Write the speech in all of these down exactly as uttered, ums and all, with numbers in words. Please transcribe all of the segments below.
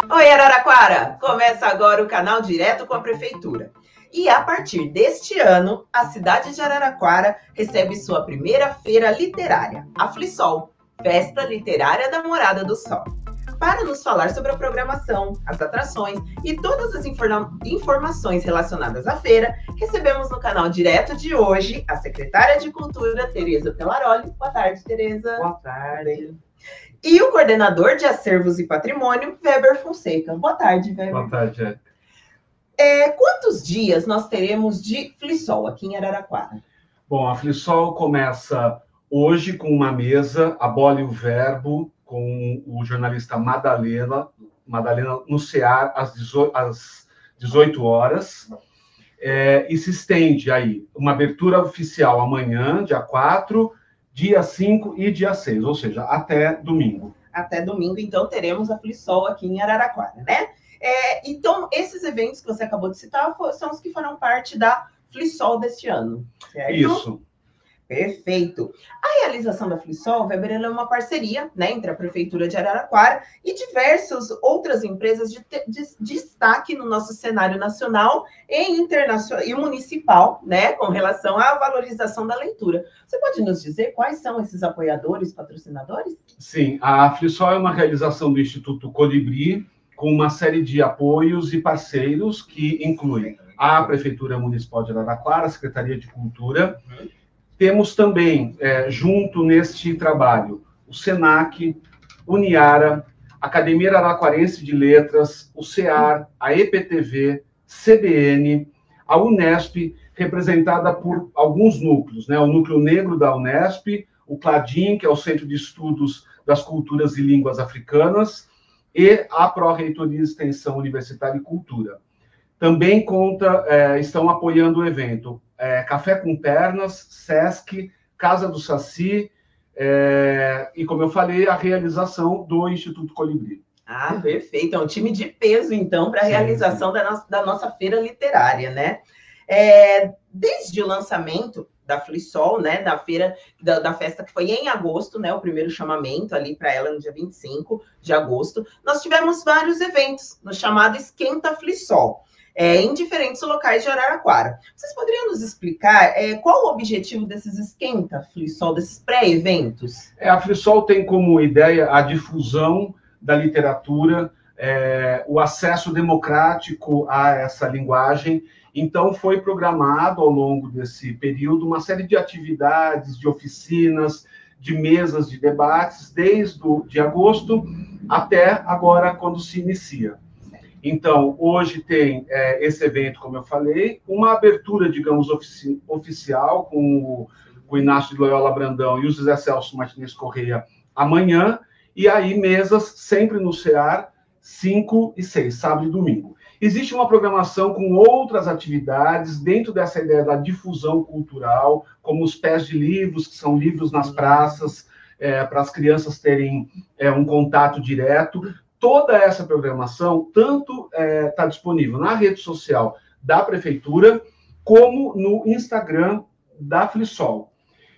Oi, Araraquara! Começa agora o canal Direto com a Prefeitura. E a partir deste ano, a cidade de Araraquara recebe sua primeira feira literária, a Flisol, Festa Literária da Morada do Sol. Para nos falar sobre a programação, as atrações e todas as informa- informações relacionadas à feira, recebemos no canal Direto de hoje a secretária de Cultura, Tereza Pelaroli. Boa tarde, Tereza. Boa tarde. E o coordenador de Acervos e Patrimônio, Weber Fonseca. Boa tarde, Weber. Boa tarde, Érica. É, quantos dias nós teremos de Flisol aqui em Araraquara? Bom, a Flisol começa hoje com uma mesa, Abole o Verbo, com o jornalista Madalena, Madalena no C E A R, às dezoito horas, é, e se estende aí uma abertura oficial amanhã, dia quatro, dia cinco e dia seis, ou seja, até domingo. Até domingo, então, teremos a Flisol aqui em Araraquara, né? É, então, esses eventos que você acabou de citar são os que farão parte da Flisol deste ano, certo? Isso. Perfeito. A realização da Flisol, Weber, é uma parceria, né, entre a Prefeitura de Araraquara e diversas outras empresas de, de, de destaque no nosso cenário nacional e internacional e municipal, né, com relação à valorização da leitura. Você pode nos dizer quais são esses apoiadores, patrocinadores? Sim, a Flisol é uma realização do Instituto Colibri, com uma série de apoios e parceiros que incluem a Prefeitura Municipal de Araraquara, a Secretaria de Cultura. Uhum. Temos também, é, junto neste trabalho, o SENAC, Uniara, Academia Araraquarense de Letras, o C E A R, a E P T V, C B N, a Unesp, representada por alguns núcleos, né? O Núcleo Negro da Unesp, o CLADIM, que é o Centro de Estudos das Culturas e Línguas Africanas, e a Pró-Reitoria de Extensão Universitária e Cultura. Também conta, é, estão apoiando o evento é, Café com Pernas, SESC, Casa do Saci, é, e, como eu falei, a realização do Instituto Colibri. Ah, perfeito. É um time de peso, então, para a realização da nossa, da nossa feira literária, né? É, desde o lançamento da Flisol, né, da feira, da, da festa que foi em agosto, né, o primeiro chamamento ali para ela no dia vinte e cinco de agosto, nós tivemos vários eventos no chamado Esquenta Flisol, é, em diferentes locais de Araraquara. Vocês poderiam nos explicar é, qual o objetivo desses Esquenta Flisol, desses pré-eventos? É, a Flisol tem como ideia a difusão da literatura, é, o acesso democrático a essa linguagem. Então, foi programado, ao longo desse período, uma série de atividades, de oficinas, de mesas de debates, desde o, de agosto até agora, quando se inicia. Então, hoje tem é, esse evento, como eu falei, uma abertura, digamos, ofici oficial, com o, o Inácio de Loyola Brandão e o José Celso Martins Correia amanhã, e aí mesas sempre no C E A R, cinco e seis, sábado e domingo. Existe uma programação com outras atividades dentro dessa ideia da difusão cultural, como os pés de livros, que são livros nas praças, é, para as crianças terem é, um contato direto. Toda essa programação tanto está é, disponível na rede social da Prefeitura, como no Instagram da Flisol,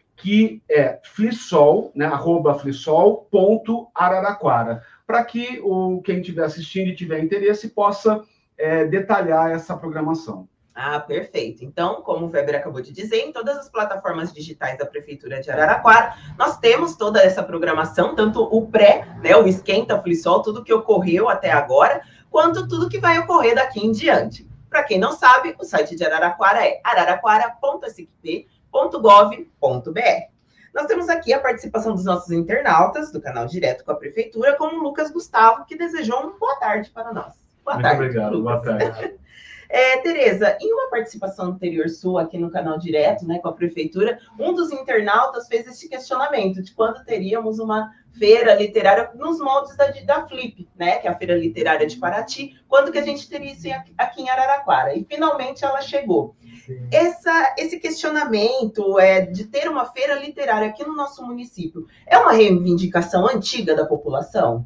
que é flisol, né, arroba flisol ponto araraquara, para que o, quem estiver assistindo e tiver interesse possa É, detalhar essa programação. Ah, perfeito. Então, como o Weber acabou de dizer, em todas as plataformas digitais da Prefeitura de Araraquara, nós temos toda essa programação, tanto o pré, né, o Esquenta Flisol, tudo que ocorreu até agora, quanto tudo que vai ocorrer daqui em diante. Para quem não sabe, o site de Araraquara é araraquara ponto s q p ponto gov ponto b r. Nós temos aqui a participação dos nossos internautas do canal Direto com a Prefeitura, como o Lucas Gustavo, que desejou uma boa tarde para nós. Boa Muito tarde, obrigado, Lucas. boa tarde. É, Tereza, em uma participação anterior sua aqui no canal Direto, né, com a Prefeitura, um dos internautas fez esse questionamento de quando teríamos uma feira literária nos moldes da, da Flip, né, que é a Feira Literária de Paraty, quando que a gente teria isso aqui em Araraquara. E finalmente ela chegou. Essa, esse questionamento é, de ter uma feira literária aqui no nosso município é uma reivindicação antiga da população?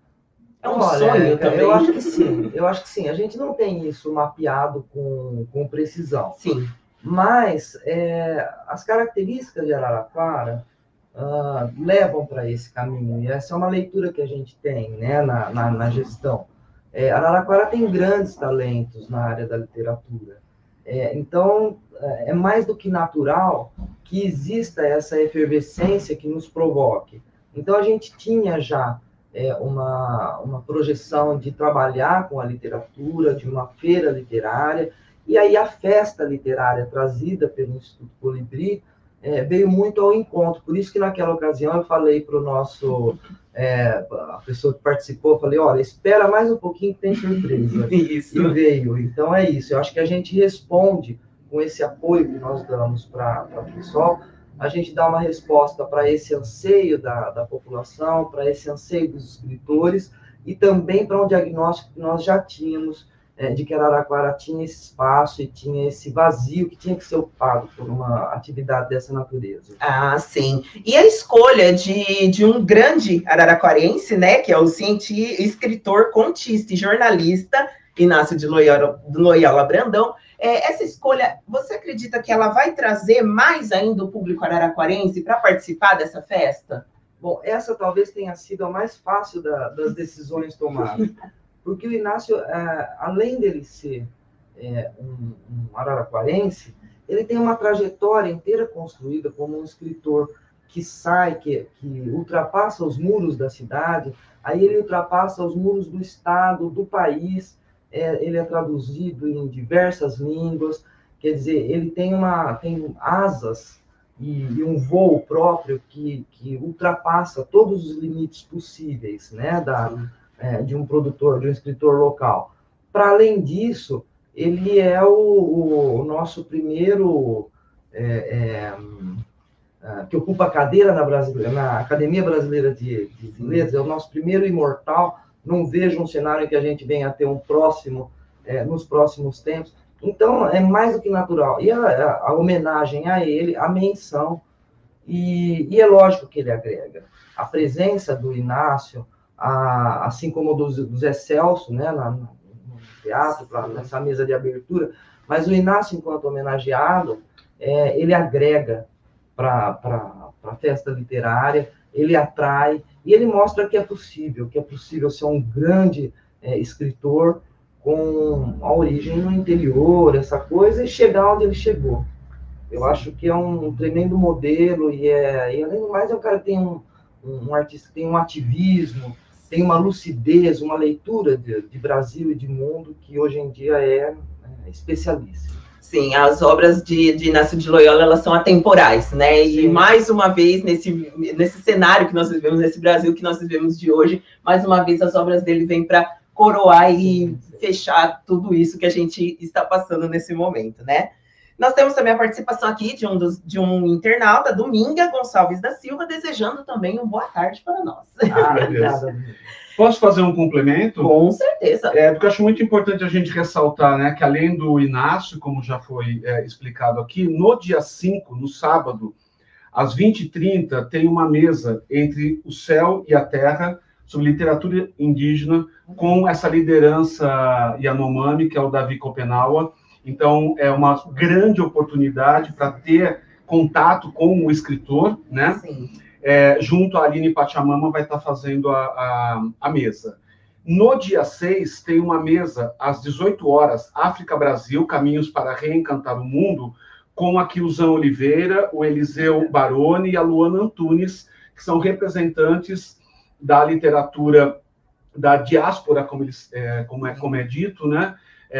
É um Olha, sonho também? Eu acho que sim, eu acho que sim. A gente não tem isso mapeado com, com precisão. Sim. Mas é, as características de Araraquara uh, levam para esse caminho. E essa é uma leitura que a gente tem, né, na, na, na gestão. É, Araraquara tem grandes talentos na área da literatura. É, então, é mais do que natural que exista essa efervescência que nos provoque. Então, a gente tinha já é, uma, uma projeção de trabalhar com a literatura, de uma feira literária, e aí a festa literária trazida pelo Instituto Colibri é, veio muito ao encontro. Por isso que naquela ocasião eu falei para o nosso... É, a pessoa que participou, eu falei, olha, espera mais um pouquinho que tem surpresa. Isso. E veio. Então é isso. Eu acho que a gente responde com esse apoio que nós damos para a FLISOL, a gente dá uma resposta para esse anseio da, da população, para esse anseio dos escritores, e também para um diagnóstico que nós já tínhamos, é, de que Araraquara tinha esse espaço e tinha esse vazio que tinha que ser ocupado por uma atividade dessa natureza. Ah, sim. E a escolha de, de um grande araraquarense, né, que é o cientista, escritor, contista e jornalista, Inácio de Loyola, Loyola Brandão, é, essa escolha, você acredita que ela vai trazer mais ainda o público araraquarense para participar dessa festa? Bom, essa talvez tenha sido a mais fácil da, das decisões tomadas, porque o Inácio, é, além dele ser é, um, um araraquarense, ele tem uma trajetória inteira construída como um escritor que sai, que, que ultrapassa os muros da cidade, aí ele ultrapassa os muros do estado, do país. É, ele é traduzido em diversas línguas, quer dizer, ele tem, uma, tem asas e, e um voo próprio que, que ultrapassa todos os limites possíveis, né, da, é, de um produtor, de um escritor local. Para além disso, ele é o, o nosso primeiro, é, é, que ocupa a cadeira na, Brasileira, na Academia Brasileira de, de Letras, é o nosso primeiro imortal. Não vejo um cenário que a gente venha a ter um próximo, é, nos próximos tempos. Então, é mais do que natural. E a, a, a homenagem a ele, a menção, e, e é lógico que ele agrega. A presença do Inácio, a, assim como do, do Zé Celso, né, na, no teatro, pra, nessa mesa de abertura, mas o Inácio, enquanto homenageado, é, ele agrega para a festa literária, ele atrai, e ele mostra que é possível, que é possível ser um grande é, escritor com a origem no interior, essa coisa, e chegar onde ele chegou. Eu acho que é um tremendo modelo, e, é, e além do mais, é um cara que tem um, um artista que tem um ativismo, tem uma lucidez, uma leitura de, de Brasil e de mundo, que hoje em dia é, é especialíssima. Sim, as obras de, de Inácio de Loyola, elas são atemporais, né? E, Sim. mais uma vez, nesse, nesse cenário que nós vivemos, nesse Brasil que nós vivemos de hoje, mais uma vez as obras dele vêm para coroar e fechar tudo isso que a gente está passando nesse momento, né? Nós temos também a participação aqui de um, dos, de um internauta, Dominga Gonçalves da Silva, desejando também uma boa tarde para nós. Ah, obrigada. Posso fazer um complemento? Com certeza. É, porque eu acho muito importante a gente ressaltar, né, que além do Inácio, como já foi é, explicado aqui, no dia cinco, no sábado, às vinte e trinta, tem uma mesa entre o céu e a terra sobre literatura indígena, com essa liderança Yanomami, que é o Davi Copenaua. Então, é uma grande oportunidade para ter contato com o escritor, né? Sim. É, junto à Aline Pachamama vai estar fazendo a, a, a mesa. No dia seis, tem uma mesa, às dezoito horas, África Brasil, Caminhos para Reencantar o Mundo, com a Kilzan Oliveira, o Eliseu Baroni e a Luana Antunes, que são representantes da literatura da diáspora, como, eles, é, como, é, como é dito, né?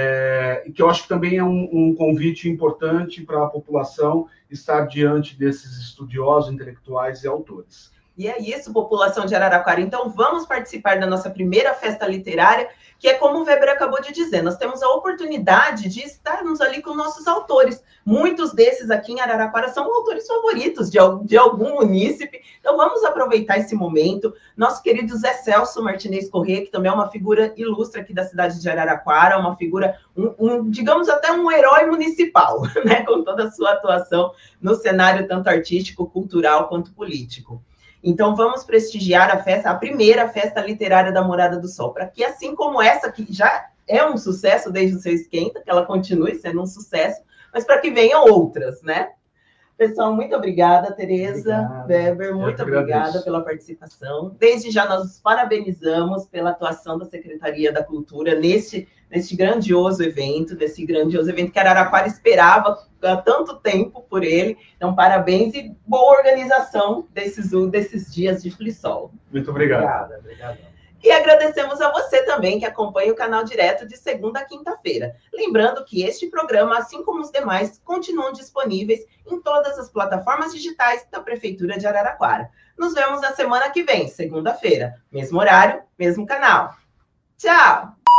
É, que eu acho que também é um, um convite importante para a população estar diante desses estudiosos, intelectuais e autores. E é isso, população de Araraquara. Então, vamos participar da nossa primeira festa literária, que é como o Weber acabou de dizer, nós temos a oportunidade de estarmos ali com nossos autores. Muitos desses aqui em Araraquara são autores favoritos de, de algum munícipe. Então, vamos aproveitar esse momento. Nosso querido Zé Celso Martinez Corrêa, que também é uma figura ilustre aqui da cidade de Araraquara, uma figura, um, um, digamos, até um herói municipal, né? Com toda a sua atuação no cenário tanto artístico, cultural, quanto político. Então, vamos prestigiar a festa, a primeira festa literária da Morada do Sol, para que, assim como essa, que já é um sucesso desde o seu esquenta, que ela continue sendo um sucesso, mas para que venham outras, né? Pessoal, muito obrigada, Tereza, Obrigado. Weber, muito obrigada pela participação. Desde já nós os parabenizamos pela atuação da Secretaria da Cultura neste, neste grandioso evento, nesse grandioso evento que Araraquara esperava há tanto tempo por ele. Então, parabéns e boa organização desses, desses dias de Flisol. Muito obrigado. Obrigado, obrigado. E agradecemos a você também que acompanha o canal direto de segunda a quinta-feira. Lembrando que este programa, assim como os demais, continuam disponíveis em todas as plataformas digitais da Prefeitura de Araraquara. Nos vemos na semana que vem, segunda-feira. Mesmo horário, mesmo canal. Tchau!